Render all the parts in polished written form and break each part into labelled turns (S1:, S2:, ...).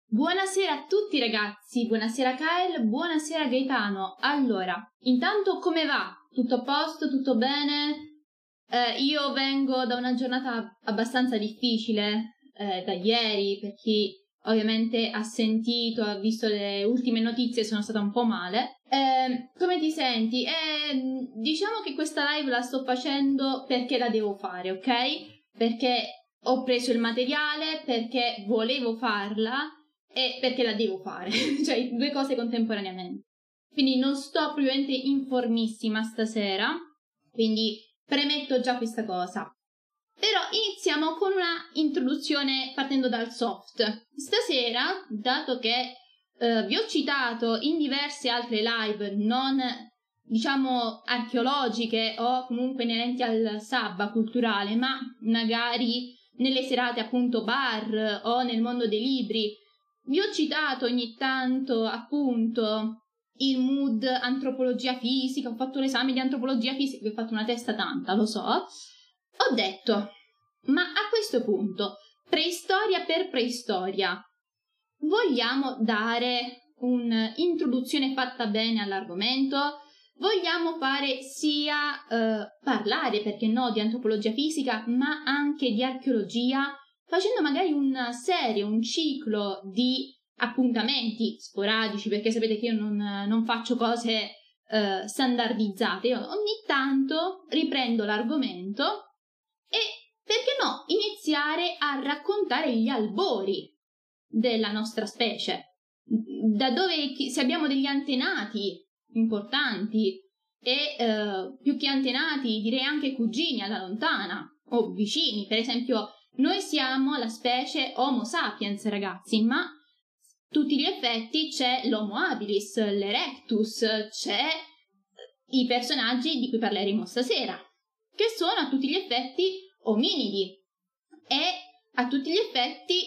S1: Buonasera a tutti ragazzi, buonasera Kyle, buonasera Gaetano. Allora, intanto come va? Tutto a posto? Tutto bene? Io vengo da una giornata abbastanza difficile da ieri, per chi ovviamente ha sentito, ha visto le ultime notizie, sono stata un po' male. Come ti senti? Diciamo che questa live la sto facendo perché la devo fare, ok? Perché ho preso il materiale, perché volevo farla e perché la devo fare, cioè due cose contemporaneamente. Quindi non sto propriamente informissima stasera, quindi premetto già questa cosa. Però iniziamo con una introduzione partendo dal soft. Stasera, dato che vi ho citato in diverse altre live non diciamo archeologiche o comunque inerenti al sabba culturale, ma magari nelle serate appunto bar o nel mondo dei libri, vi ho citato ogni tanto appunto il mood antropologia fisica, ho fatto l'esame di antropologia fisica, vi ho fatto una testa tanta, lo so. Ho detto, ma a questo punto, preistoria per preistoria, vogliamo dare un'introduzione fatta bene all'argomento? Vogliamo fare sia parlare, perché no, di antropologia fisica, ma anche di archeologia, facendo magari una serie, un ciclo di appuntamenti sporadici, perché sapete che io non faccio cose standardizzate, io ogni tanto riprendo l'argomento e, perché no, iniziare a raccontare gli albori della nostra specie, da dove, se abbiamo degli antenati importanti e più che antenati direi anche cugini alla lontana o vicini. Per esempio noi siamo la specie Homo sapiens ragazzi, ma a tutti gli effetti c'è l'Homo habilis, l'Erectus, c'è i personaggi di cui parleremo stasera, che sono a tutti gli effetti ominidi e a tutti gli effetti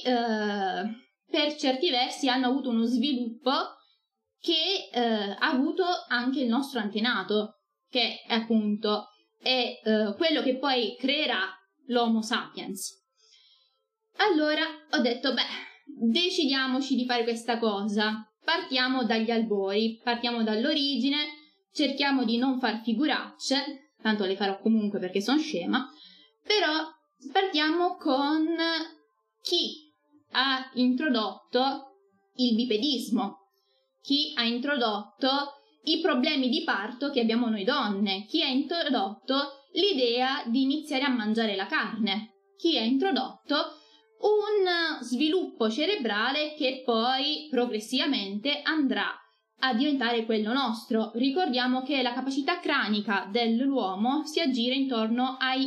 S1: per certi versi hanno avuto uno sviluppo che ha avuto anche il nostro antenato, che appunto è quello che poi creerà l'Homo sapiens. Allora ho detto, decidiamoci di fare questa cosa, partiamo dagli albori, partiamo dall'origine, cerchiamo di non far figuracce, tanto le farò comunque perché sono scema, però partiamo con chi ha introdotto il bipedismo, chi ha introdotto i problemi di parto che abbiamo noi donne, chi ha introdotto l'idea di iniziare a mangiare la carne, chi ha introdotto un sviluppo cerebrale che poi progressivamente andrà a diventare quello nostro. Ricordiamo che la capacità cranica dell'uomo si aggira intorno ai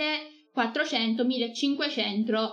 S1: 1400-1500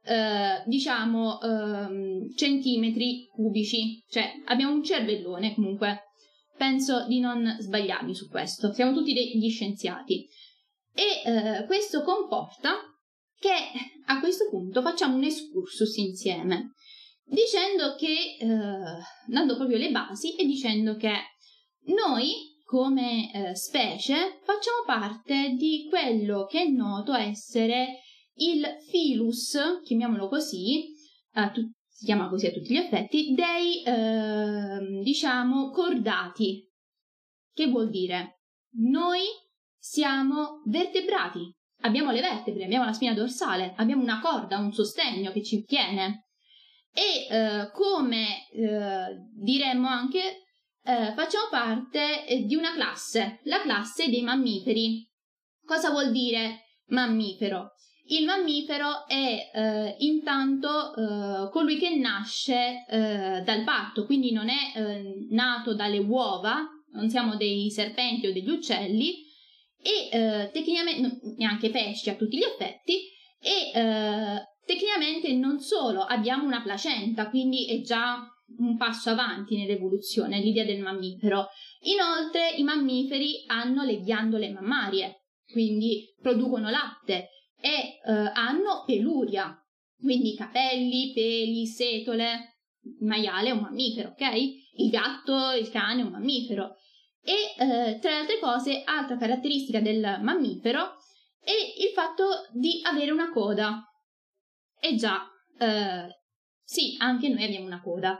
S1: centimetri cubici, cioè abbiamo un cervellone. Comunque penso di non sbagliarmi su questo, siamo tutti degli scienziati e questo comporta che a questo punto facciamo un excursus insieme, dicendo che dando proprio le basi e dicendo che noi come specie facciamo parte di quello che è noto essere il filus, chiamiamolo così, si chiama così a tutti gli effetti, dei diciamo cordati. Che vuol dire? Noi siamo vertebrati, abbiamo le vertebre, abbiamo la spina dorsale, abbiamo una corda, un sostegno che ci tiene e come diremmo anche facciamo parte di una classe, la classe dei mammiferi. Cosa vuol dire mammifero? Il mammifero è intanto colui che nasce dal parto, quindi non è nato dalle uova, non siamo dei serpenti o degli uccelli e tecnicamente neanche pesci a tutti gli effetti e tecnicamente non solo abbiamo una placenta, quindi è già un passo avanti nell'evoluzione l'idea del mammifero. Inoltre i mammiferi hanno le ghiandole mammarie, quindi producono latte e hanno peluria, quindi capelli, peli, setole. Il maiale è un mammifero, ok? Il gatto, il cane è un mammifero. E tra le altre cose, altra caratteristica del mammifero è il fatto di avere una coda. E già Sì, anche noi abbiamo una coda.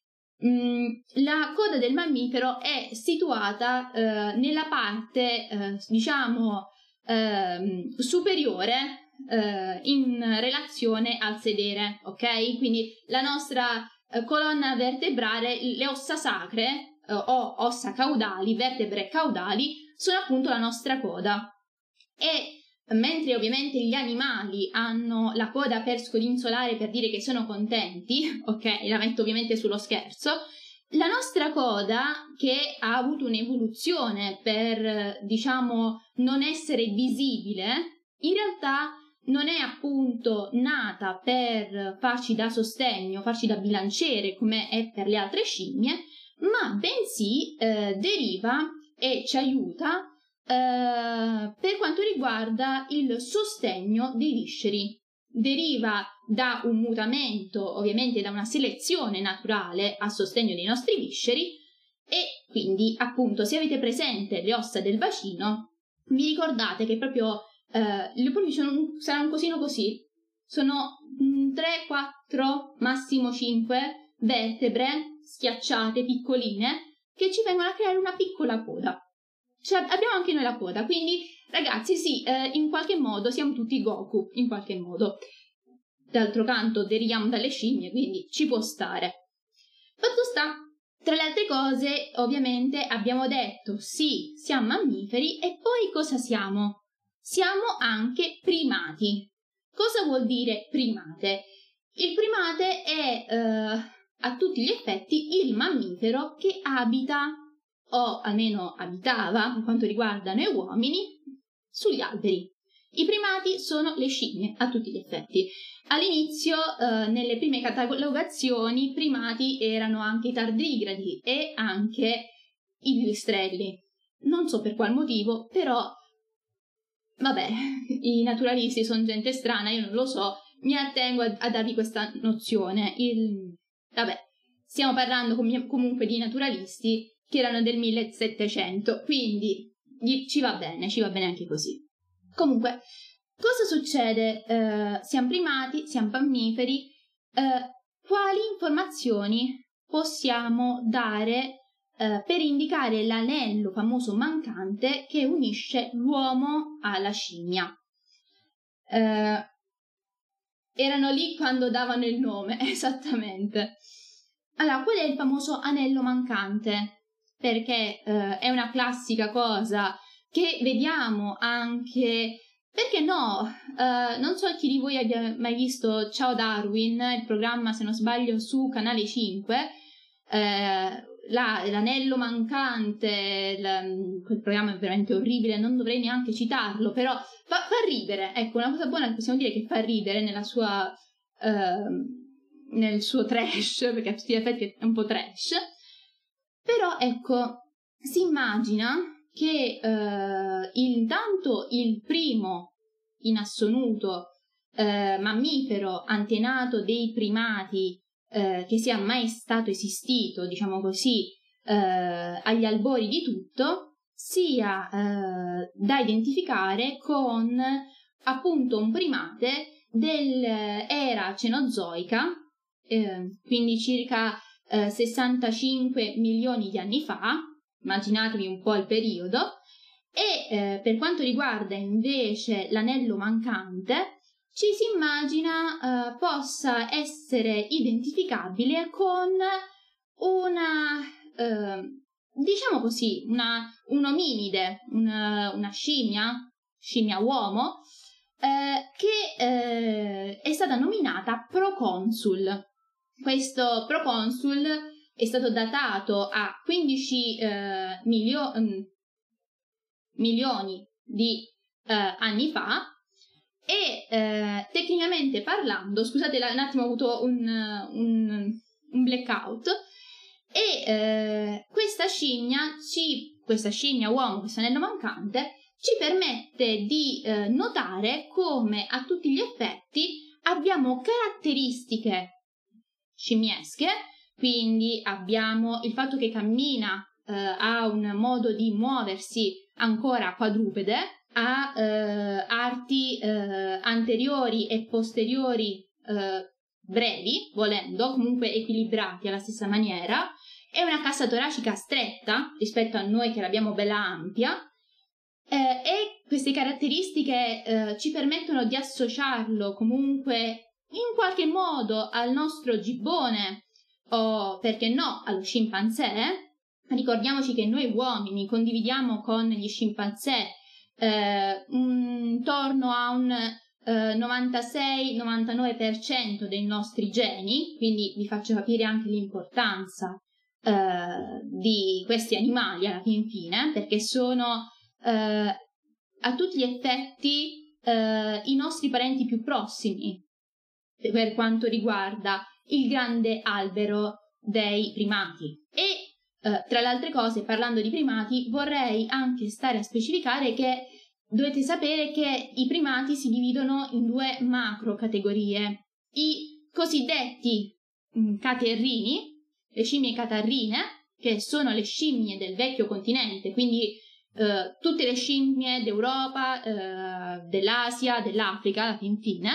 S1: La coda del mammifero è situata nella parte, superiore in relazione al sedere, ok? Quindi la nostra colonna vertebrale, le ossa sacre o ossa caudali, vertebre caudali, sono appunto la nostra coda. E mentre ovviamente gli animali hanno la coda per scodinzolare, per dire che sono contenti, ok? La metto ovviamente sullo scherzo. La nostra coda, che ha avuto un'evoluzione per, non essere visibile, in realtà non è appunto nata per farci da sostegno, farci da bilanciere come è per le altre scimmie, ma bensì deriva e ci aiuta per quanto riguarda il sostegno dei visceri. Deriva da un mutamento, ovviamente da una selezione naturale a sostegno dei nostri visceri, e quindi appunto se avete presente le ossa del bacino vi ricordate che proprio le pollici saranno un cosino così, sono 3, 4, massimo 5 vertebre schiacciate, piccoline, che ci vengono a creare una piccola coda. Cioè, abbiamo anche noi la coda, quindi ragazzi sì, in qualche modo siamo tutti Goku, in qualche modo. D'altro canto deriviamo dalle scimmie, quindi ci può stare. Fatto sta, tra le altre cose, ovviamente abbiamo detto sì, siamo mammiferi, e poi cosa siamo? Siamo anche primati. Cosa vuol dire primate? Il primate è a tutti gli effetti il mammifero che abita, o almeno abitava, per quanto riguarda noi uomini, sugli alberi. I primati sono le scimmie, a tutti gli effetti. All'inizio, nelle prime catalogazioni, primati erano anche i tardigradi e anche i pipistrelli. Non so per qual motivo, però, vabbè, i naturalisti sono gente strana, io non lo so, mi attengo a darvi questa nozione. Vabbè, stiamo parlando comunque di naturalisti che erano del 1700, quindi ci va bene anche così. Comunque, cosa succede? Siamo primati, siamo mammiferi, quali informazioni possiamo dare per indicare l'anello famoso mancante che unisce l'uomo alla scimmia? Erano lì quando davano il nome, esattamente. Allora, qual è il famoso anello mancante? Perché è una classica cosa che vediamo anche, perché no, non so chi di voi abbia mai visto Ciao Darwin, il programma, se non sbaglio, su Canale 5, l'anello mancante, quel programma è veramente orribile, non dovrei neanche citarlo, però fa ridere, ecco, una cosa buona che possiamo dire che fa ridere nella sua nel suo trash, perché a tutti gli effetti è un po' trash, però ecco, si immagina che intanto il primo in assoluto mammifero antenato dei primati che sia mai stato esistito, diciamo così, agli albori di tutto, sia da identificare con appunto un primate dell'era cenozoica, quindi circa 65 milioni di anni fa, immaginatevi un po' il periodo, e per quanto riguarda invece l'anello mancante, ci si immagina possa essere identificabile con una, diciamo così, un ominide, una scimmia uomo, che è stata nominata proconsul. Questo proconsul è stato datato a 15 milioni di anni fa e tecnicamente parlando, scusate un attimo, ho avuto un blackout, e questa scimmia uomo, questo anello mancante, ci permette di notare come a tutti gli effetti abbiamo caratteristiche scimmiesche, quindi abbiamo il fatto che cammina, ha un modo di muoversi ancora quadrupede, ha arti anteriori e posteriori brevi, volendo, comunque equilibrati alla stessa maniera, e una cassa toracica stretta rispetto a noi che l'abbiamo bella ampia, e queste caratteristiche ci permettono di associarlo comunque in qualche modo al nostro gibbone o, perché no, allo scimpanzé. Ricordiamoci che noi uomini condividiamo con gli scimpanzé intorno a un 96-99% dei nostri geni, quindi vi faccio capire anche l'importanza di questi animali alla fin fine, perché sono a tutti gli effetti i nostri parenti più prossimi per quanto riguarda il grande albero dei primati. E tra le altre cose, parlando di primati, vorrei anche stare a specificare che dovete sapere che i primati si dividono in due macro categorie: i cosiddetti caterrini, le scimmie catarrine, che sono le scimmie del vecchio continente, quindi tutte le scimmie d'Europa, dell'Asia, dell'Africa alla fin fine,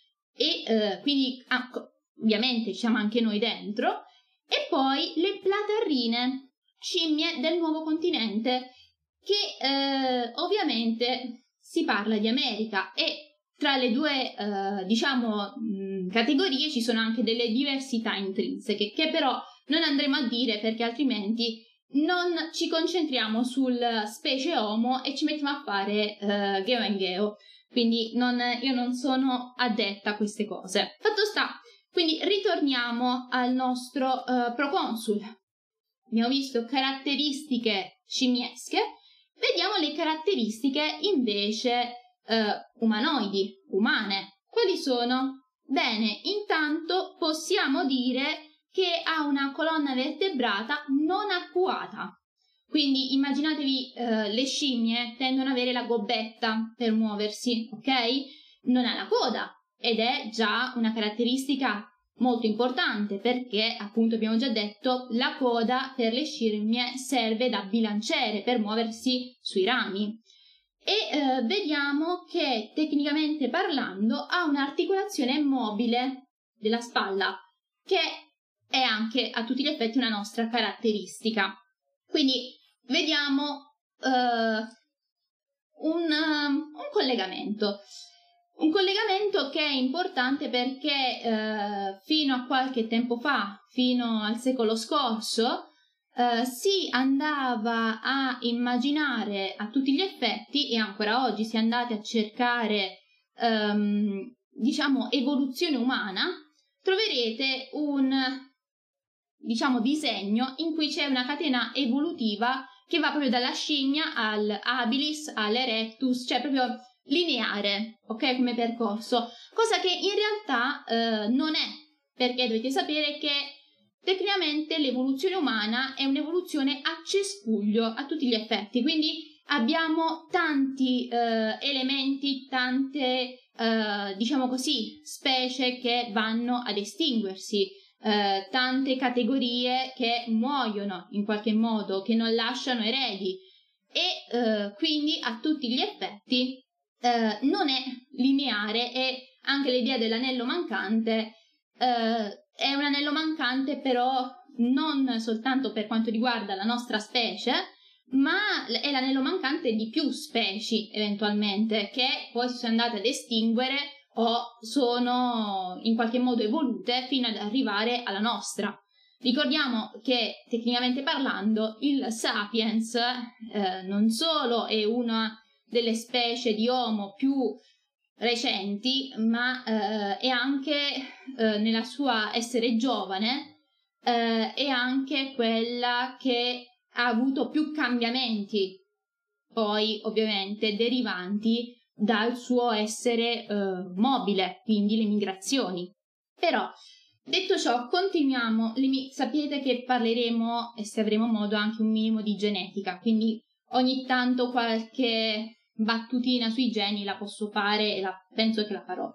S1: e quindi ovviamente ci siamo anche noi dentro, e poi le platarrine, scimmie del nuovo continente, che ovviamente si parla di America, e tra le due categorie ci sono anche delle diversità intrinseche che però non andremo a dire, perché altrimenti non ci concentriamo sul specie Homo e ci mettiamo a fare Geo and Geo. Quindi io non sono addetta a queste cose. Fatto sta, quindi ritorniamo al nostro proconsul. Abbiamo visto caratteristiche scimmiesche, vediamo le caratteristiche invece umanoidi, umane. Quali sono? Bene, intanto possiamo dire che ha una colonna vertebrata non arcuata. Quindi immaginatevi le scimmie tendono ad avere la gobbetta per muoversi, ok? Non ha la coda, ed è già una caratteristica molto importante, perché appunto abbiamo già detto la coda per le scimmie serve da bilanciere per muoversi sui rami. E vediamo che tecnicamente parlando ha un'articolazione mobile della spalla, che è anche a tutti gli effetti una nostra caratteristica. Quindi vediamo un collegamento. Un collegamento che è importante perché fino a qualche tempo fa, fino al secolo scorso, si andava a immaginare a tutti gli effetti, e ancora oggi si è andati a cercare evoluzione umana, troverete un disegno in cui c'è una catena evolutiva che va proprio dalla scimmia all'habilis, all'erectus, cioè proprio lineare, ok, come percorso, cosa che in realtà non è, perché dovete sapere che tecnicamente l'evoluzione umana è un'evoluzione a cespuglio a tutti gli effetti, quindi abbiamo tanti elementi, tante specie che vanno ad estinguersi, tante categorie che muoiono in qualche modo, che non lasciano eredi, e quindi a tutti gli effetti non è lineare. E anche l'idea dell'anello mancante è un anello mancante, però non soltanto per quanto riguarda la nostra specie, ma è l'anello mancante di più specie eventualmente, che poi si sono andate ad estinguere o sono in qualche modo evolute fino ad arrivare alla nostra. Ricordiamo che tecnicamente parlando il Sapiens non solo è una delle specie di Homo più recenti, ma è anche nella sua essere giovane, è anche quella che ha avuto più cambiamenti, poi ovviamente derivanti dal suo essere mobile, quindi le migrazioni. Però detto ciò, continuiamo. Sapete che parleremo, e se avremo modo, anche un minimo di genetica, quindi ogni tanto qualche battutina sui geni la posso fare e penso che la farò.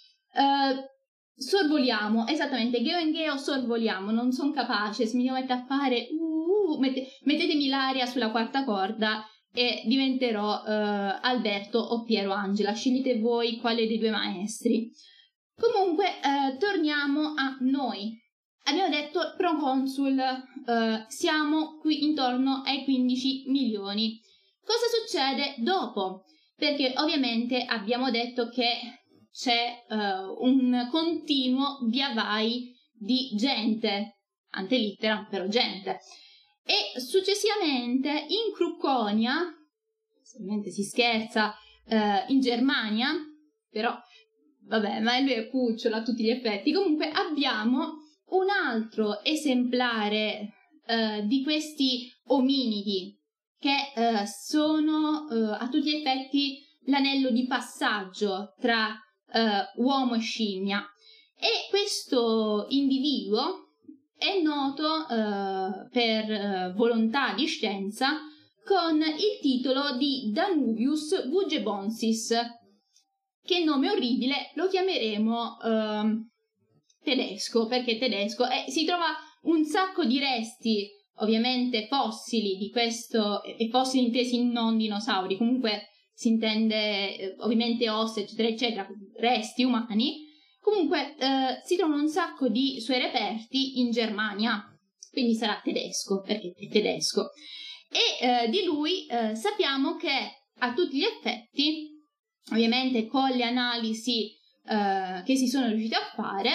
S1: Sorvoliamo, esattamente, Geo and Geo, sorvoliamo, non sono capace, se mi devo mettere a fare mettetemi l'aria sulla quarta corda e diventerò Alberto o Piero Angela, scegliete voi quale dei due maestri. Comunque, torniamo a noi. Abbiamo detto proconsul, siamo qui intorno ai 15 milioni. Cosa succede dopo? Perché ovviamente abbiamo detto che c'è un continuo via vai di gente, ante litteram, però gente. E successivamente in Cruconia, ovviamente si scherza, in Germania, però vabbè, ma lui è cucciolo a tutti gli effetti. Comunque abbiamo un altro esemplare di questi ominidi che sono a tutti gli effetti l'anello di passaggio tra uomo e scimmia. E questo individuo è noto per volontà di scienza con il titolo di Danubius bugebonsis. Che nome orribile, lo chiameremo tedesco, perché tedesco, e si trova un sacco di resti, ovviamente fossili di questo, e fossili intesi non dinosauri, comunque si intende ovviamente ossa, eccetera, eccetera, resti umani. Comunque si trovano un sacco di suoi reperti in Germania, quindi sarà tedesco, perché è tedesco. E di lui sappiamo che a tutti gli effetti, ovviamente con le analisi che si sono riusciti a fare,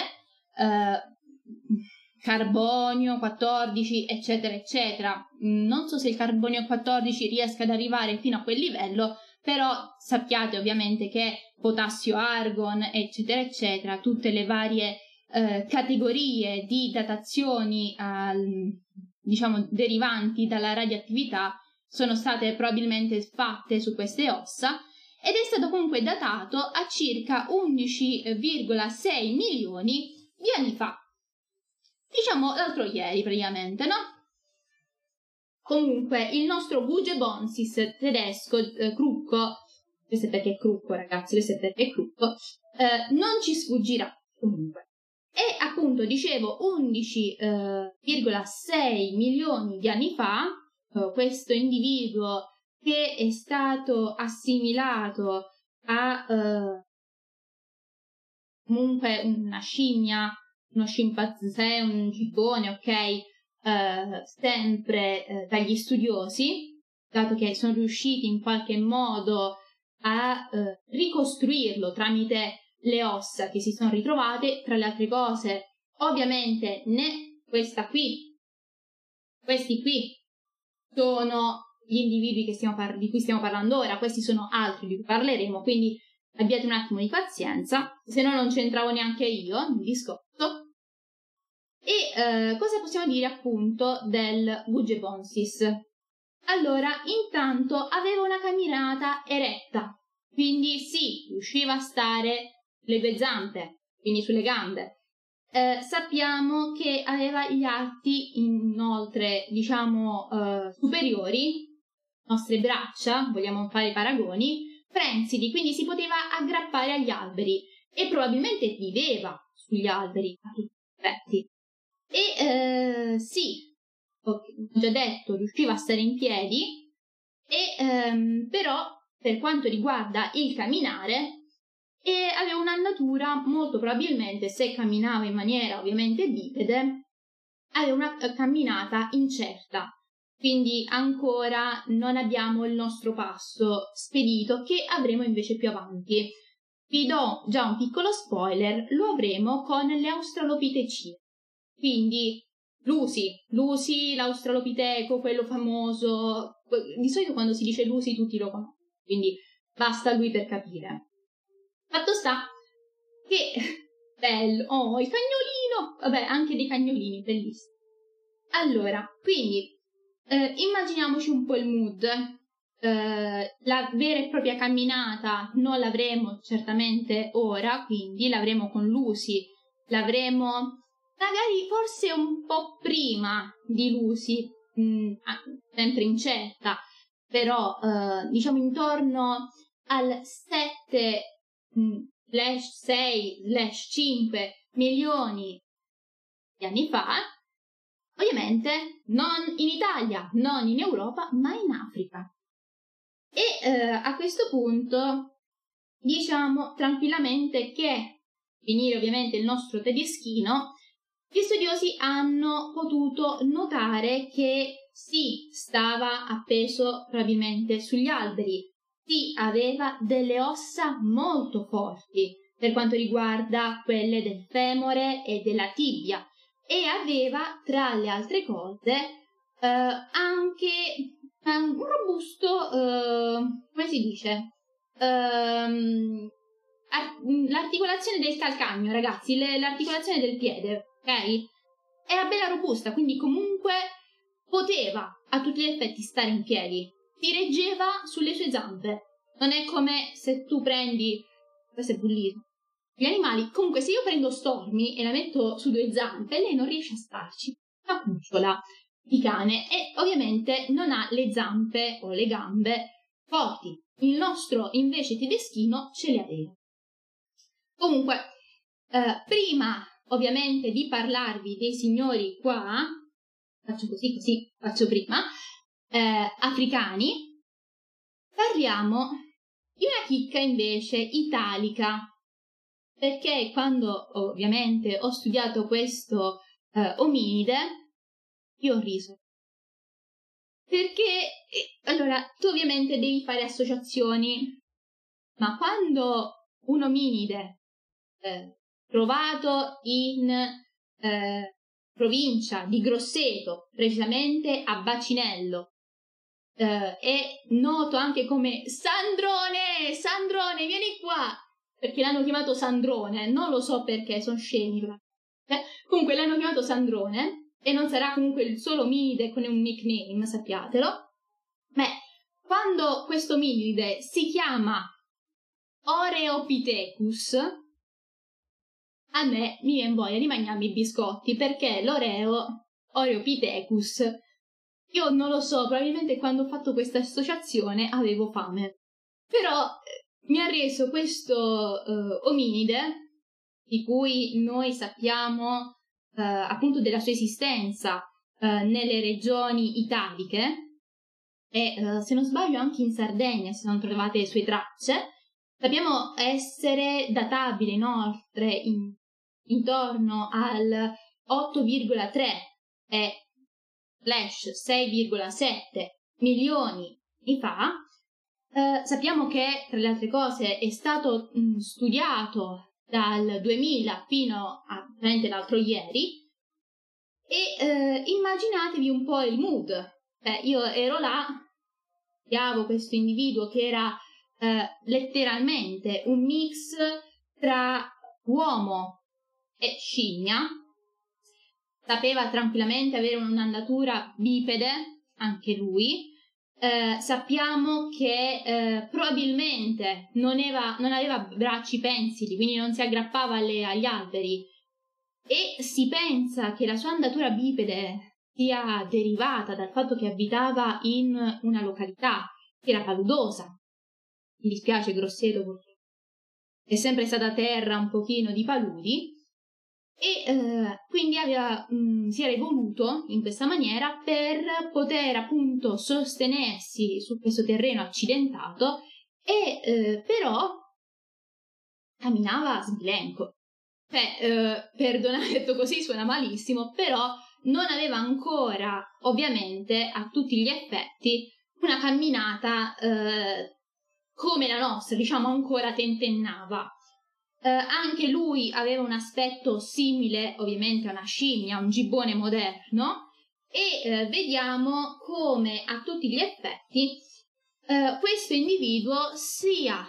S1: carbonio 14, eccetera, eccetera. Non so se il carbonio 14 riesca ad arrivare fino a quel livello, però sappiate ovviamente che potassio argon, eccetera, eccetera, tutte le varie categorie di datazioni diciamo derivanti dalla radioattività sono state probabilmente fatte su queste ossa, ed è stato comunque datato a circa 11,6 milioni di anni fa. Diciamo l'altro ieri praticamente, no? Comunque il nostro bugebonsis tedesco, Crucco, questo è perché è Crucco ragazzi, questo è perché è Crucco, non ci sfuggirà comunque. E appunto dicevo 11,6 milioni di anni fa, questo individuo che è stato assimilato a comunque una scimmia, uno scimpanzé, un gibbone, ok, sempre dagli studiosi, dato che sono riusciti in qualche modo a ricostruirlo tramite le ossa che si sono ritrovate, tra le altre cose, ovviamente né questi qui sono gli individui che di cui stiamo parlando ora, questi sono altri di cui parleremo, quindi abbiate un attimo di pazienza, se no non c'entravo neanche io nel discorso. E cosa possiamo dire appunto del bugebonsis? Allora, intanto aveva una camminata eretta, quindi sì, riusciva a stare sulle due zampe, quindi sulle gambe. Sappiamo che aveva gli arti inoltre, diciamo, superiori, nostre braccia, vogliamo fare i paragoni, prensili, quindi si poteva aggrappare agli alberi e probabilmente viveva sugli alberi a tutti gli effetti. E sì, ho già detto, riusciva a stare in piedi, e però per quanto riguarda il camminare, aveva un'andatura molto probabilmente, se camminava in maniera ovviamente bipede, aveva una camminata incerta, quindi ancora non abbiamo il nostro passo spedito che avremo invece più avanti. Vi do già un piccolo spoiler, lo avremo con le australopitecine. Quindi Lucy, l'australopiteco, quello famoso, di solito quando si dice Lucy tutti lo conoscono, quindi basta lui per capire. Fatto sta che, bello, oh il cagnolino, vabbè anche dei cagnolini, bellissimi. Allora, quindi immaginiamoci un po' il mood, la vera e propria camminata non l'avremo certamente ora, quindi l'avremo con Lucy, l'avremo magari forse un po' prima di Lucy, sempre incerta, però diciamo intorno al 7/6/5 milioni di anni fa, ovviamente non in Italia, non in Europa, ma in Africa. E a questo punto diciamo tranquillamente che finire ovviamente il nostro tedeschino, gli studiosi hanno potuto notare che sì, stava appeso probabilmente sugli alberi, sì, aveva delle ossa molto forti per quanto riguarda quelle del femore e della tibia, e aveva, tra le altre cose, anche un robusto, come si dice, l'articolazione del calcagno, ragazzi, l'articolazione del piede, ok? Era bella robusta, quindi comunque poteva a tutti gli effetti stare in piedi, si reggeva sulle sue zampe. Non è come se tu prendi, questo è bullismo, gli animali. Comunque, se io prendo Stormy e la metto su 2 zampe, lei non riesce a starci, una cucciola di cane, e ovviamente non ha le zampe o le gambe forti. Il nostro invece tedeschino ce le aveva. Comunque, prima ovviamente di parlarvi dei signori qua, faccio così faccio prima, africani, parliamo di una chicca invece italica, perché quando ovviamente ho studiato questo ominide, io ho riso. Perché, allora, tu ovviamente devi fare associazioni, ma quando un ominide trovato in provincia di Grosseto, precisamente a Bacinello, è noto anche come Sandrone, Sandrone, vieni qua, perché l'hanno chiamato Sandrone, non lo so perché, sono scemi, comunque l'hanno chiamato Sandrone, e non sarà comunque il solo ominide con un nickname, sappiatelo. Beh, quando questo ominide si chiama Oreopithecus, a me mi viene voglia di mangiarmi i biscotti, perché Oreopithecus, io non lo so, probabilmente quando ho fatto questa associazione avevo fame, però mi ha reso questo ominide, di cui noi sappiamo appunto della sua esistenza nelle regioni italiche, e se non sbaglio anche in Sardegna, se non trovate le sue tracce. Sappiamo essere databile inoltre intorno al 8,3 e slash 6,7 milioni di fa. Sappiamo che, tra le altre cose, è stato studiato dal 2000 fino a veramente l'altro ieri, e immaginatevi un po' il mood. Io ero là, studiavo questo individuo che era letteralmente un mix tra uomo e scimmia, sapeva tranquillamente avere un'andatura bipede, anche lui. Sappiamo che probabilmente non aveva bracci pensili, quindi non si aggrappava agli alberi, e si pensa che la sua andatura bipede sia derivata dal fatto che abitava in una località che era paludosa. Mi dispiace Grosseto, perché è sempre stata terra un pochino di paludi, e quindi si era evoluto in questa maniera per poter appunto sostenersi su questo terreno accidentato, e però camminava sbilenco. Perdonate, detto così suona malissimo, però non aveva ancora, ovviamente, a tutti gli effetti, una camminata come la nostra, diciamo ancora tentennava. Anche lui aveva un aspetto simile, ovviamente, a una scimmia, un gibbone moderno, e vediamo come a tutti gli effetti questo individuo sia,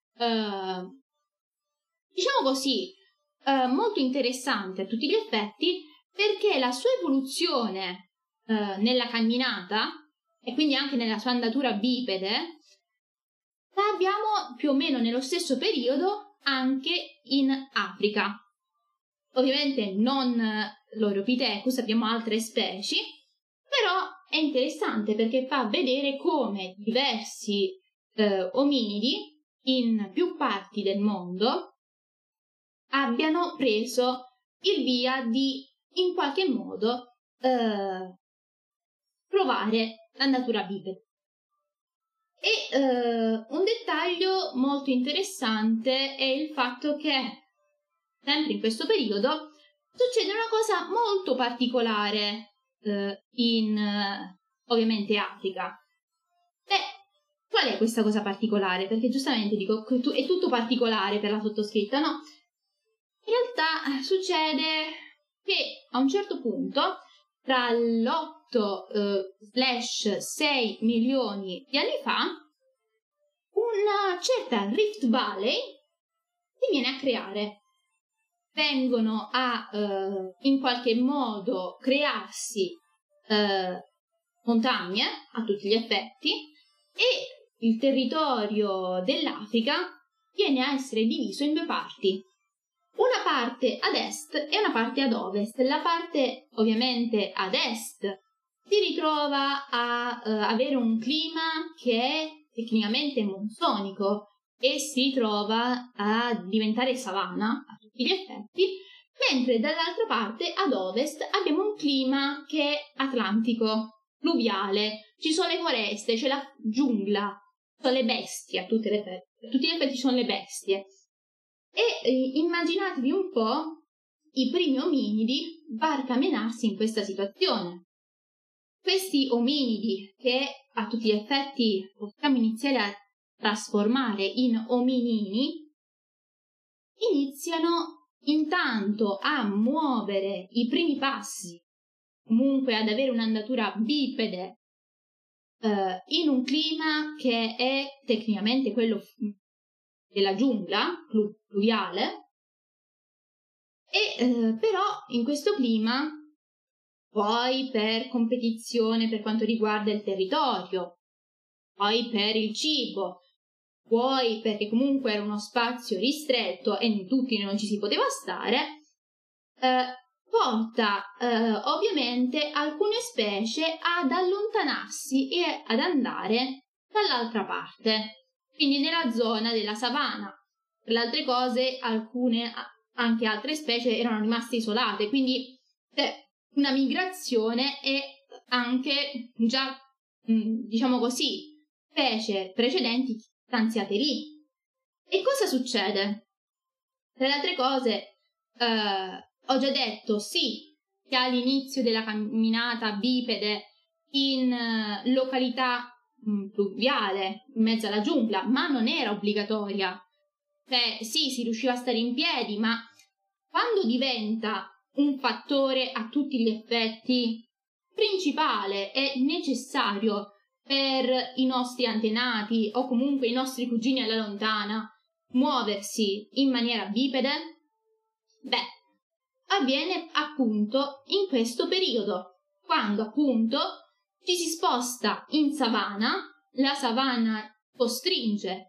S1: diciamo così, molto interessante a tutti gli effetti, perché la sua evoluzione nella camminata, e quindi anche nella sua andatura bipede, la abbiamo più o meno nello stesso periodo anche in Africa. Ovviamente non l'Oreopithecus, abbiamo altre specie, però è interessante perché fa vedere come diversi ominidi in più parti del mondo abbiano preso il via di, in qualche modo, provare l'andatura bipede. E un dettaglio molto interessante è il fatto che sempre in questo periodo, succede una cosa molto particolare in ovviamente Africa. Qual è questa cosa particolare? Perché giustamente dico, è tutto particolare per la sottoscritta, no? In realtà succede che a un certo punto, tra l'8/6 milioni di anni fa, una certa Rift Valley si viene a creare. Vengono a in qualche modo crearsi montagne a tutti gli effetti e il territorio dell'Africa viene a essere diviso in due parti. Una parte ad est e una parte ad ovest. La parte ovviamente ad est si ritrova a avere un clima che è tecnicamente monsonico e si trova a diventare savana a tutti gli effetti, mentre dall'altra parte ad ovest abbiamo un clima che è atlantico, pluviale, ci sono le foreste, c'è la giungla, sono le bestie a tutti gli effetti ci sono le bestie. E immaginatevi un po' i primi ominidi barcamenarsi in questa situazione. Questi ominidi, che a tutti gli effetti possiamo iniziare a trasformare in ominini, iniziano intanto a muovere i primi passi, comunque ad avere un'andatura bipede, in un clima che è tecnicamente quello della giungla pluviale, e però in questo clima, poi per competizione per quanto riguarda il territorio, poi per il cibo, poi perché comunque era uno spazio ristretto e in tutti non ci si poteva stare, porta ovviamente alcune specie ad allontanarsi e ad andare dall'altra parte, quindi nella zona della savana. Per le altre cose, anche altre specie erano rimaste isolate, quindi una migrazione e anche già, diciamo così, specie precedenti stanziate lì. E cosa succede? Tra le altre cose, ho già detto sì che all'inizio della camminata bipede in località pluviale, in mezzo alla giungla, ma non era obbligatoria. Cioè, sì, si riusciva a stare in piedi, ma quando diventa un fattore a tutti gli effetti principale e necessario per i nostri antenati o comunque i nostri cugini alla lontana muoversi in maniera bipede, avviene appunto in questo periodo, quando appunto ci si sposta in savana, la savana costringe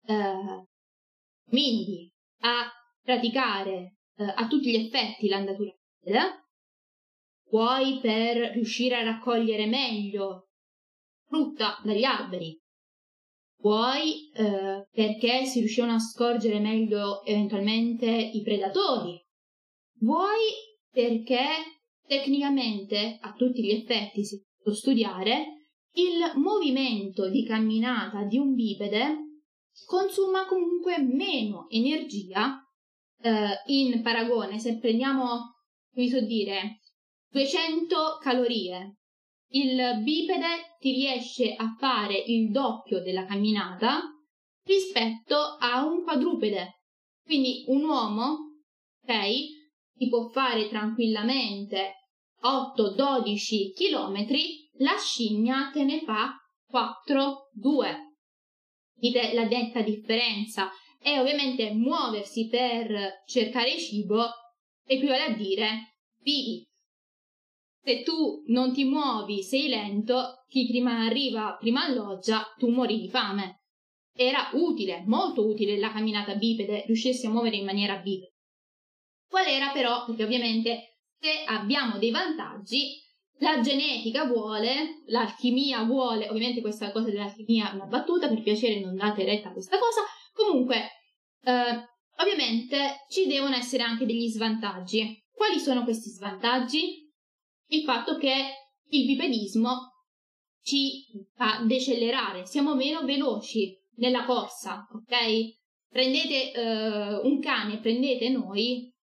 S1: quindi a praticare a tutti gli effetti l'andatura bipede, vuoi per riuscire a raccogliere meglio frutta dagli alberi, vuoi perché si riuscivano a scorgere meglio eventualmente i predatori, vuoi perché tecnicamente a tutti gli effetti si può studiare il movimento di camminata di un bipede consuma comunque meno energia in paragone. Se prendiamo, come so dire, 200 calorie, il bipede ti riesce a fare il doppio della camminata rispetto a un quadrupede. Quindi un uomo, ok, ti può fare tranquillamente 8-12 chilometri, la scimmia te ne fa 4-2. Dite la netta differenza. E ovviamente muoversi per cercare cibo equivale a dire vivi. Se tu non ti muovi, sei lento, chi prima arriva prima alloggia, tu muori di fame. Era utile, molto utile la camminata bipede, riuscirsi a muovere in maniera bipede. Qual era però? Perché ovviamente se abbiamo dei vantaggi, la genetica vuole, l'alchimia vuole, ovviamente questa cosa dell'alchimia è una battuta, per piacere non date retta a questa cosa, comunque ovviamente ci devono essere anche degli svantaggi. Quali sono questi svantaggi? Il fatto che il bipedismo ci fa decelerare, siamo meno veloci nella corsa, ok? Prendete un cane, prendete noi,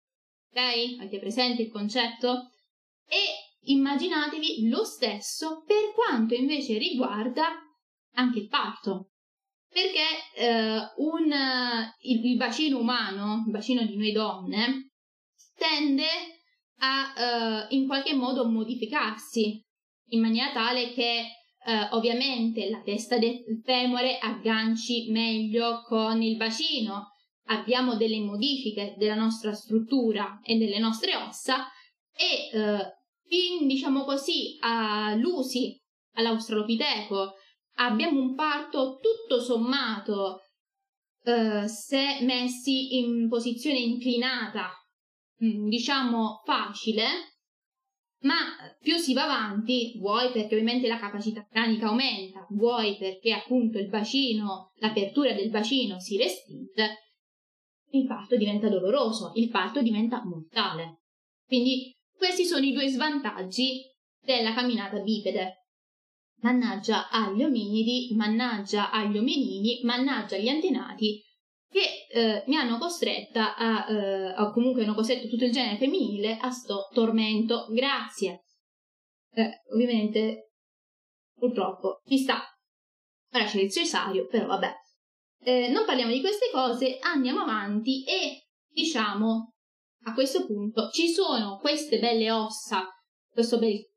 S1: ok? Avete presente il concetto? E immaginatevi lo stesso per quanto invece riguarda anche il parto. Perché il bacino umano, il bacino di noi donne, tende a in qualche modo modificarsi in maniera tale che ovviamente la testa del femore agganci meglio con il bacino, abbiamo delle modifiche della nostra struttura e delle nostre ossa e fin diciamo così all'usi all'australopiteco abbiamo un parto tutto sommato se messi in posizione inclinata diciamo facile, ma più si va avanti, vuoi perché ovviamente la capacità cranica aumenta, vuoi perché appunto il bacino, l'apertura del bacino si restringe, il parto diventa doloroso, il parto diventa mortale. Quindi questi sono i due svantaggi della camminata bipede. Mannaggia agli ominidi, mannaggia agli ominini, mannaggia agli antenati che mi hanno costretta o comunque hanno costretto tutto il genere femminile a sto tormento. Grazie. Ovviamente, purtroppo, ci sta. Ora c'è il cesareo, però vabbè. Non parliamo di queste cose, andiamo avanti e diciamo a questo punto ci sono queste belle ossa, questo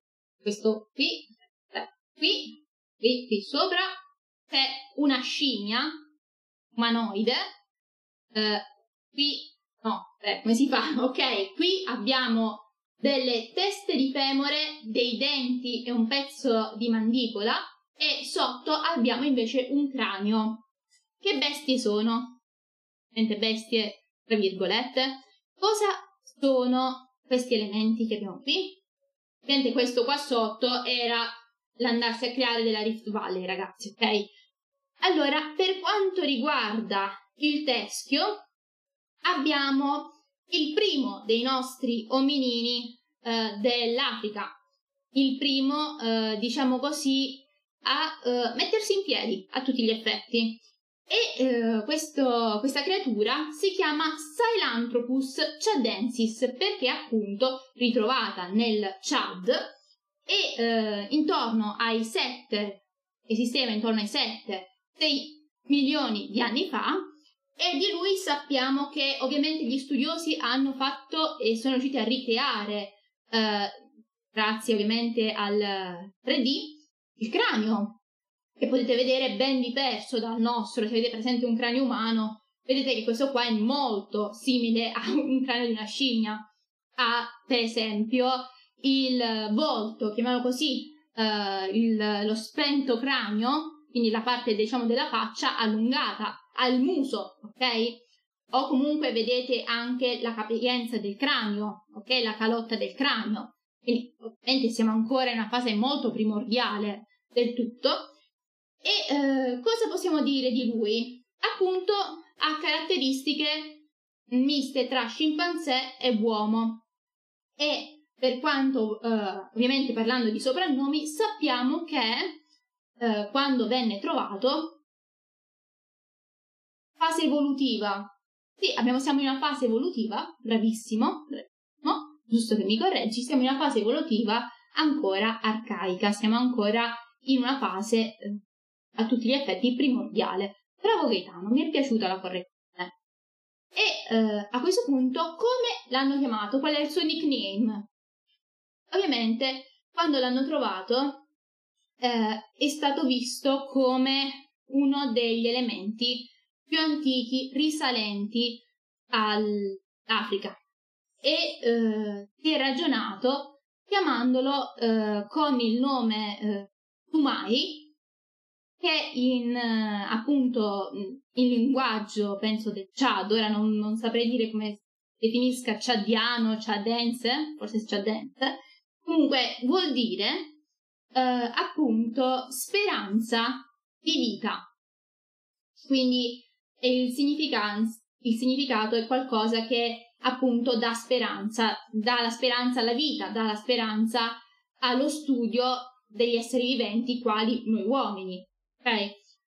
S1: qui sopra c'è una scimmia umanoide, come si fa? Ok, qui abbiamo delle teste di femore, dei denti e un pezzo di mandibola e sotto abbiamo invece un cranio. Che bestie sono? Bestie, tra virgolette. Cosa sono questi elementi che abbiamo qui? Ovviamente questo qua sotto era l'andarsi a creare della Rift Valley, ragazzi, ok? Allora, per quanto riguarda il teschio, abbiamo il primo dei nostri ominini dell'Africa, il primo, diciamo così, a mettersi in piedi a tutti gli effetti. E questa creatura si chiama Sahelanthropus chadensis perché appunto ritrovata nel Chad e intorno ai 7, esisteva intorno ai 7-6 milioni di anni fa, e di lui sappiamo che ovviamente gli studiosi hanno fatto e sono riusciti a ricreare, grazie ovviamente al 3D, il cranio, che potete vedere ben diverso dal nostro. Se avete presente un cranio umano, vedete che questo qua è molto simile a un cranio di una scimmia. Ha, per esempio, il volto, chiamiamolo così, lo spento cranio, quindi la parte, diciamo, della faccia allungata, al muso, ok? O comunque vedete anche la capienza del cranio, ok? La calotta del cranio. Quindi ovviamente siamo ancora in una fase molto primordiale del tutto. E cosa possiamo dire di lui? Appunto ha caratteristiche miste tra scimpanzé e uomo. E per quanto, ovviamente parlando di soprannomi, sappiamo che quando venne trovato, fase evolutiva. Sì, siamo in una fase evolutiva, bravissimo, no? Giusto che mi correggi, siamo in una fase evolutiva ancora arcaica, siamo ancora in una fase a tutti gli effetti primordiale. Bravo Gaetano, mi è piaciuta la correzione. E a questo punto, come l'hanno chiamato? Qual è il suo nickname? Ovviamente, quando l'hanno trovato, è stato visto come uno degli elementi più antichi risalenti all'Africa e si è ragionato chiamandolo con il nome Tumai, che appunto in linguaggio penso del Chad, ora non saprei dire come definisca ciadiano, ciadense, forse ciadense, comunque vuol dire appunto speranza di vita. Quindi il significato è qualcosa che appunto dà la speranza alla vita, dà la speranza allo studio degli esseri viventi quali noi uomini, ok?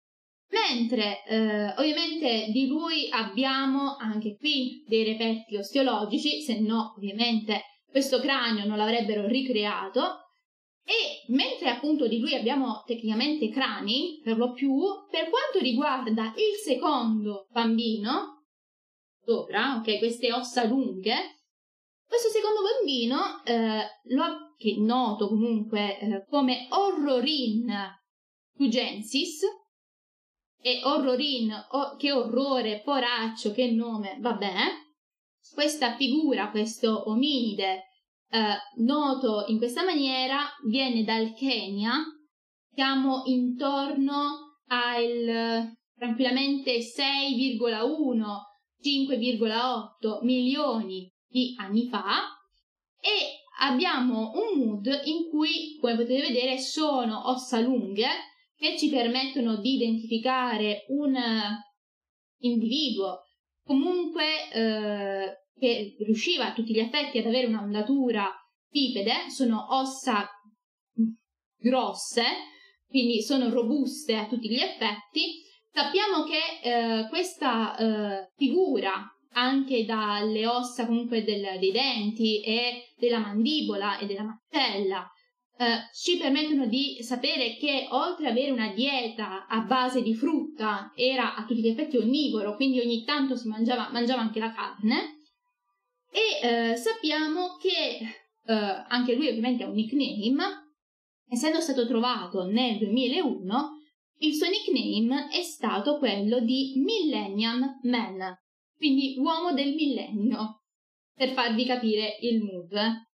S1: Mentre ovviamente di lui abbiamo anche qui dei reperti osteologici, se no ovviamente questo cranio non l'avrebbero ricreato. E mentre appunto di lui abbiamo tecnicamente crani, per lo più, per quanto riguarda il secondo bambino, sopra, ok, queste ossa lunghe, questo secondo bambino, che è noto comunque come Horrorin Fugensis, e Horrorin, che orrore, poraccio, che nome, vabbè, questa figura, questo ominide, noto in questa maniera, viene dal Kenya. Siamo intorno al tranquillamente 6,1 5,8 milioni di anni fa, e abbiamo un mood in cui, come potete vedere, sono ossa lunghe che ci permettono di identificare un individuo comunque che riusciva a tutti gli effetti ad avere un'andatura bipede. Sono ossa grosse, quindi sono robuste a tutti gli effetti. Sappiamo che questa figura, anche dalle ossa comunque dei denti e della mandibola e della mastella, ci permettono di sapere che oltre ad avere una dieta a base di frutta era a tutti gli effetti onnivoro, quindi ogni tanto si mangiava anche la carne. E sappiamo che anche lui ovviamente ha un nickname. Essendo stato trovato nel 2001, il suo nickname è stato quello di Millennium Man, quindi uomo del millennio, per farvi capire il mood.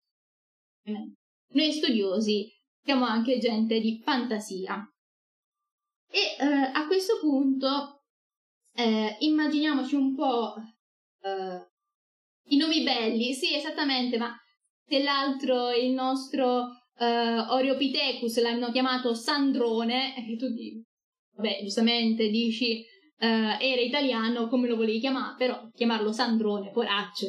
S1: Noi studiosi siamo anche gente di fantasia. E a questo punto immaginiamoci un po' i nomi belli, sì, esattamente, ma se l'altro, il nostro Oreopithecus, l'hanno chiamato Sandrone, e tu vabbè, giustamente dici era italiano, come lo volevi chiamare, però chiamarlo Sandrone, poraccio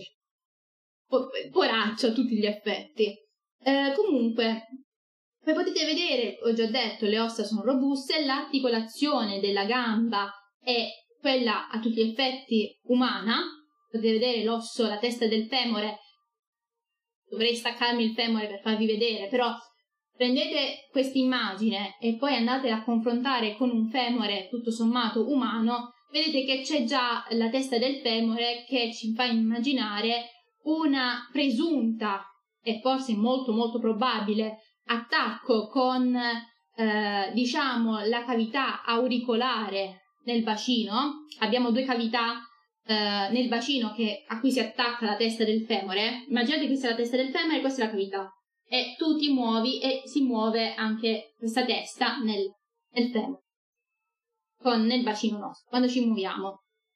S1: a tutti gli effetti. Comunque, come potete vedere, ho già detto, le ossa sono robuste, l'articolazione della gamba è quella a tutti gli effetti umana. Potete vedere l'osso, la testa del femore. Dovrei staccarmi il femore per farvi vedere, però prendete questa immagine e poi andate a confrontare con un femore tutto sommato umano, vedete che c'è già la testa del femore che ci fa immaginare una presunta e forse molto molto probabile attacco con diciamo la cavità auricolare nel bacino. Abbiamo due cavità nel bacino a cui si attacca la testa del femore. Immaginate che questa è la testa del femore e questa è la cavità, e tu ti muovi e si muove anche questa testa nel femore nel bacino nostro quando ci muoviamo.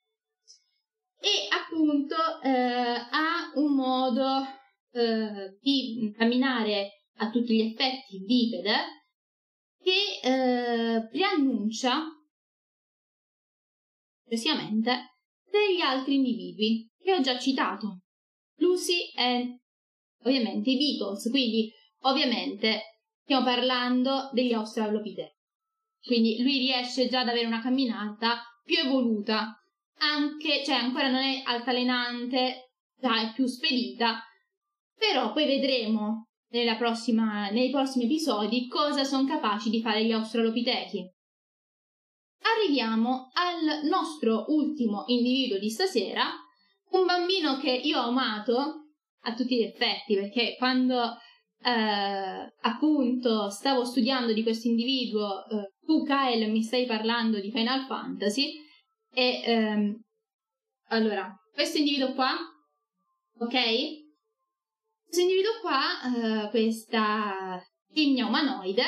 S1: E appunto ha un modo di camminare a tutti gli effetti bipede che preannuncia precisamente degli altri individui che ho già citato, Lucy e ovviamente i Beatles. Quindi ovviamente stiamo parlando degli Australopithecus, quindi lui riesce già ad avere una camminata più evoluta, anche, cioè ancora non è altalenante, già è più spedita, però poi vedremo nei prossimi episodi cosa sono capaci di fare gli Australopitechi. Arriviamo al nostro ultimo individuo di stasera, un bambino che io ho amato a tutti gli effetti, perché quando appunto stavo studiando di questo individuo, tu Kyle mi stai parlando di Final Fantasy, e allora, questo individuo qua, ok? Questo individuo qua, questa scimmia umanoide,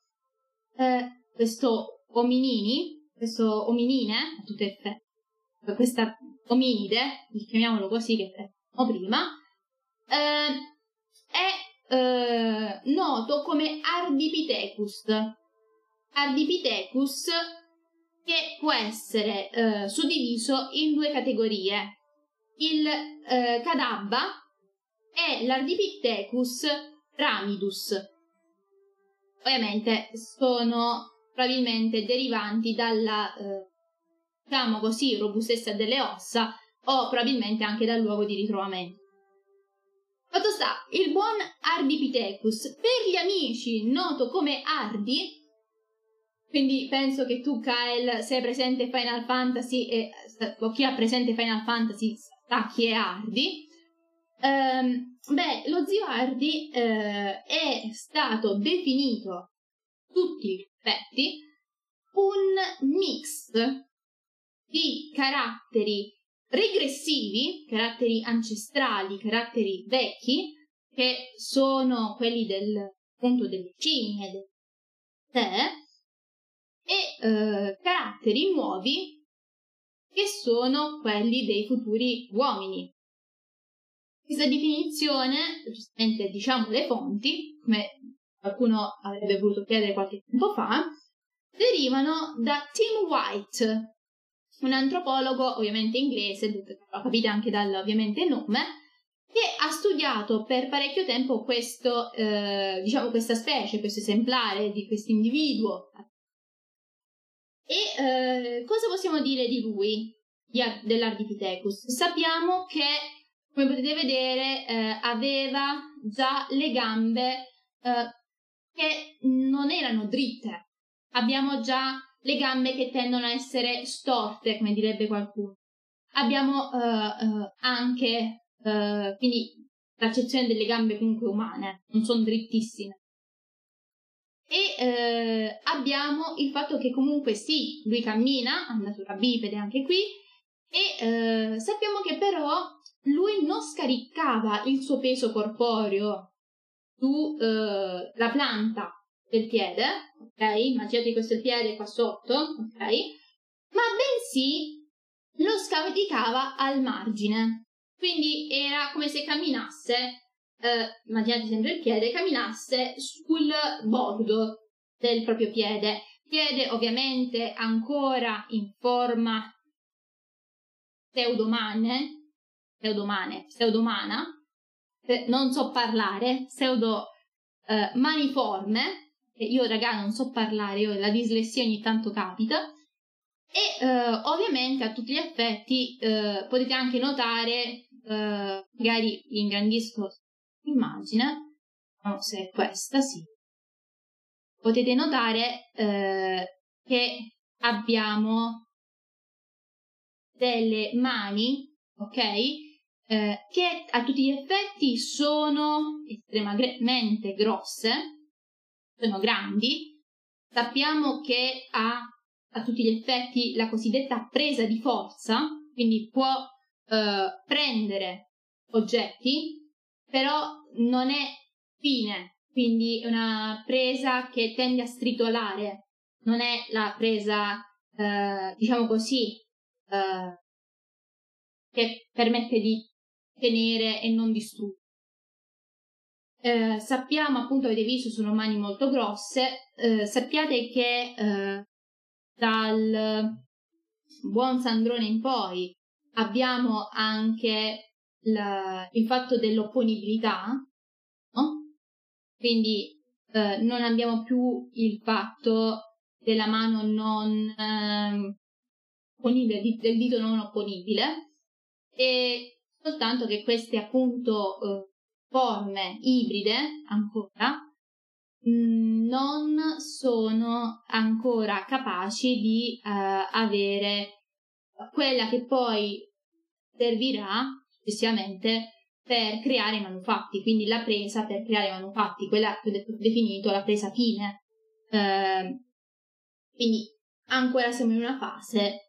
S1: questo ominine, a tutti gli effetti, questa ominide, chiamiamolo così che prima, è noto come Ardipithecus. Ardipithecus che può essere suddiviso in due categorie: il Kadabba e l'Ardipithecus ramidus. Ovviamente sono probabilmente derivanti dalla diciamo così, robustezza delle ossa o probabilmente anche dal luogo di ritrovamento. Fatto sta, il buon Ardipithecus, per gli amici noto come Ardi, quindi penso che tu, Kyle, sei presente Final Fantasy o chi ha presente Final Fantasy sa chi è Ardi. Lo zio Ardi è stato definito tutti gli effetti un mix di caratteri regressivi, caratteri ancestrali, caratteri vecchi, che sono quelli appunto delle scimmie, del tè, e caratteri nuovi che sono quelli dei futuri uomini. Questa definizione, giustamente diciamo le fonti, come qualcuno avrebbe voluto chiedere qualche tempo fa, derivano da Tim White, un antropologo ovviamente inglese, lo capite anche ovviamente il nome, che ha studiato per parecchio tempo questa specie, questo esemplare di questo individuo. E cosa possiamo dire di lui, dell'Ardipithecus? Sappiamo che, come potete vedere, aveva già le gambe che non erano dritte. Abbiamo già le gambe che tendono a essere storte, come direbbe qualcuno. Abbiamo anche, quindi, l'accezione delle gambe comunque umane, non sono drittissime. E abbiamo il fatto che comunque sì, lui cammina, ha natura bipede anche qui, e sappiamo che però lui non scaricava il suo peso corporeo sulla planta del piede, ok? Immaginate questo è il piede qua sotto, ok? Ma bensì lo scaricava al margine, quindi era come se camminasse, immaginate sempre il piede, camminasse sul bordo del proprio piede ovviamente ancora in forma pseudomana, non so parlare, maniforme. Io raga non so parlare, la dislessia ogni tanto capita, e ovviamente a tutti gli effetti potete anche notare, magari vi ingrandisco l'immagine, no, se è questa, sì, potete notare che abbiamo delle mani, ok, che a tutti gli effetti sono estremamente grosse, sono grandi. Sappiamo che ha a tutti gli effetti la cosiddetta presa di forza, quindi può prendere oggetti, però non è fine, quindi è una presa che tende a stritolare, non è la presa, diciamo così, che permette di tenere e non distruggere. Sappiamo, appunto, avete visto, sono mani molto grosse. Sappiate che dal buon Sandrone in poi abbiamo anche il fatto dell'opponibilità, no? Quindi non abbiamo più il fatto della mano non opponibile, del dito non opponibile, e soltanto che queste appunto forme ibride ancora non sono ancora capaci di avere quella che poi servirà successivamente per creare i manufatti, quindi la presa per creare i manufatti, quella che ho definito la presa fine. Quindi ancora siamo in una fase,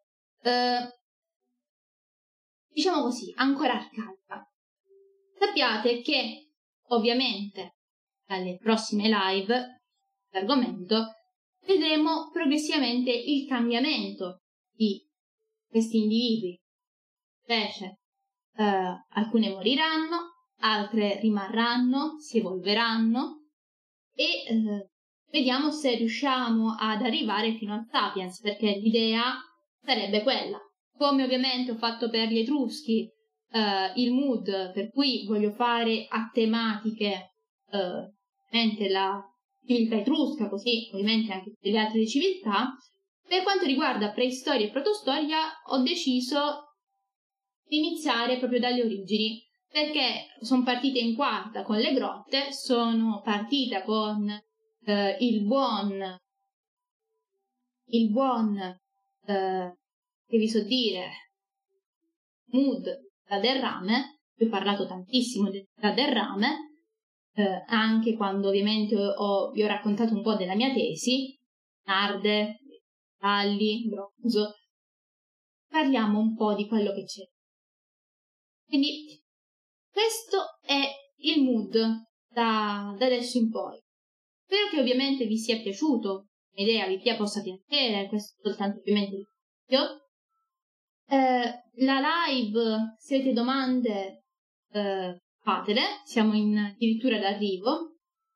S1: diciamo così, ancora arcaica. Sappiate che ovviamente dalle prossime live l'argomento vedremo progressivamente il cambiamento di questi individui, specie alcune moriranno, altre rimarranno, si evolveranno, e vediamo se riusciamo ad arrivare fino al Sapiens, perché l'idea sarebbe quella. Come ovviamente ho fatto per gli Etruschi, il mood per cui voglio fare a tematiche la civiltà etrusca, così ovviamente anche tutte le altre civiltà, Per quanto riguarda preistoria e protostoria, ho deciso di iniziare proprio dalle origini, perché sono partita in quarta con le grotte, sono partita con il buon che vi so dire, mood da derrame. Vi ho parlato tantissimo da derrame, anche quando ovviamente vi ho raccontato un po' della mia tesi, Narde, Galli, Bronzo. Parliamo un po' di quello che c'è. Quindi questo è il mood da adesso in poi. Spero che ovviamente vi sia piaciuto, l'idea vi possa piacere, questo è soltanto ovviamente il video. La live, se avete domande, fatele, siamo addirittura d'arrivo.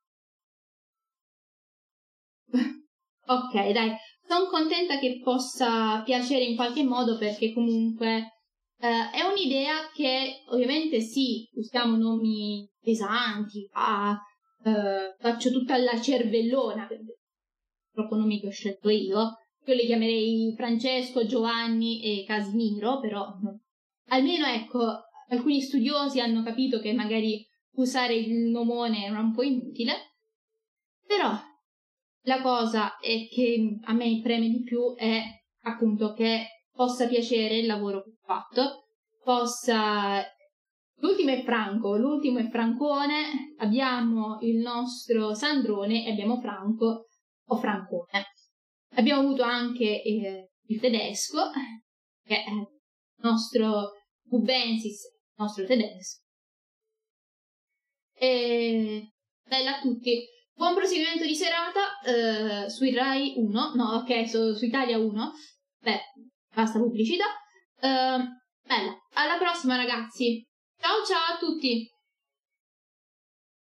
S1: Ok, dai, sono contenta che possa piacere in qualche modo, perché comunque è un'idea che ovviamente sì, usiamo nomi pesanti, faccio tutta la cervellona, proprio nomi che ho scelto io li chiamerei Francesco, Giovanni e Casimiro, però almeno ecco, alcuni studiosi hanno capito che magari usare il nomone era un po' inutile, però la cosa è che a me preme di più è appunto che possa piacere il lavoro che ho fatto, l'ultimo è Francone, abbiamo il nostro Sandrone e abbiamo Franco o Francone. Abbiamo avuto anche il tedesco, che è il nostro Cubensis, il nostro tedesco. E bella a tutti. Buon proseguimento di serata su Rai 1, no, ok, su Italia 1. Beh, basta pubblicità. Bella. Alla prossima, ragazzi. Ciao ciao a tutti.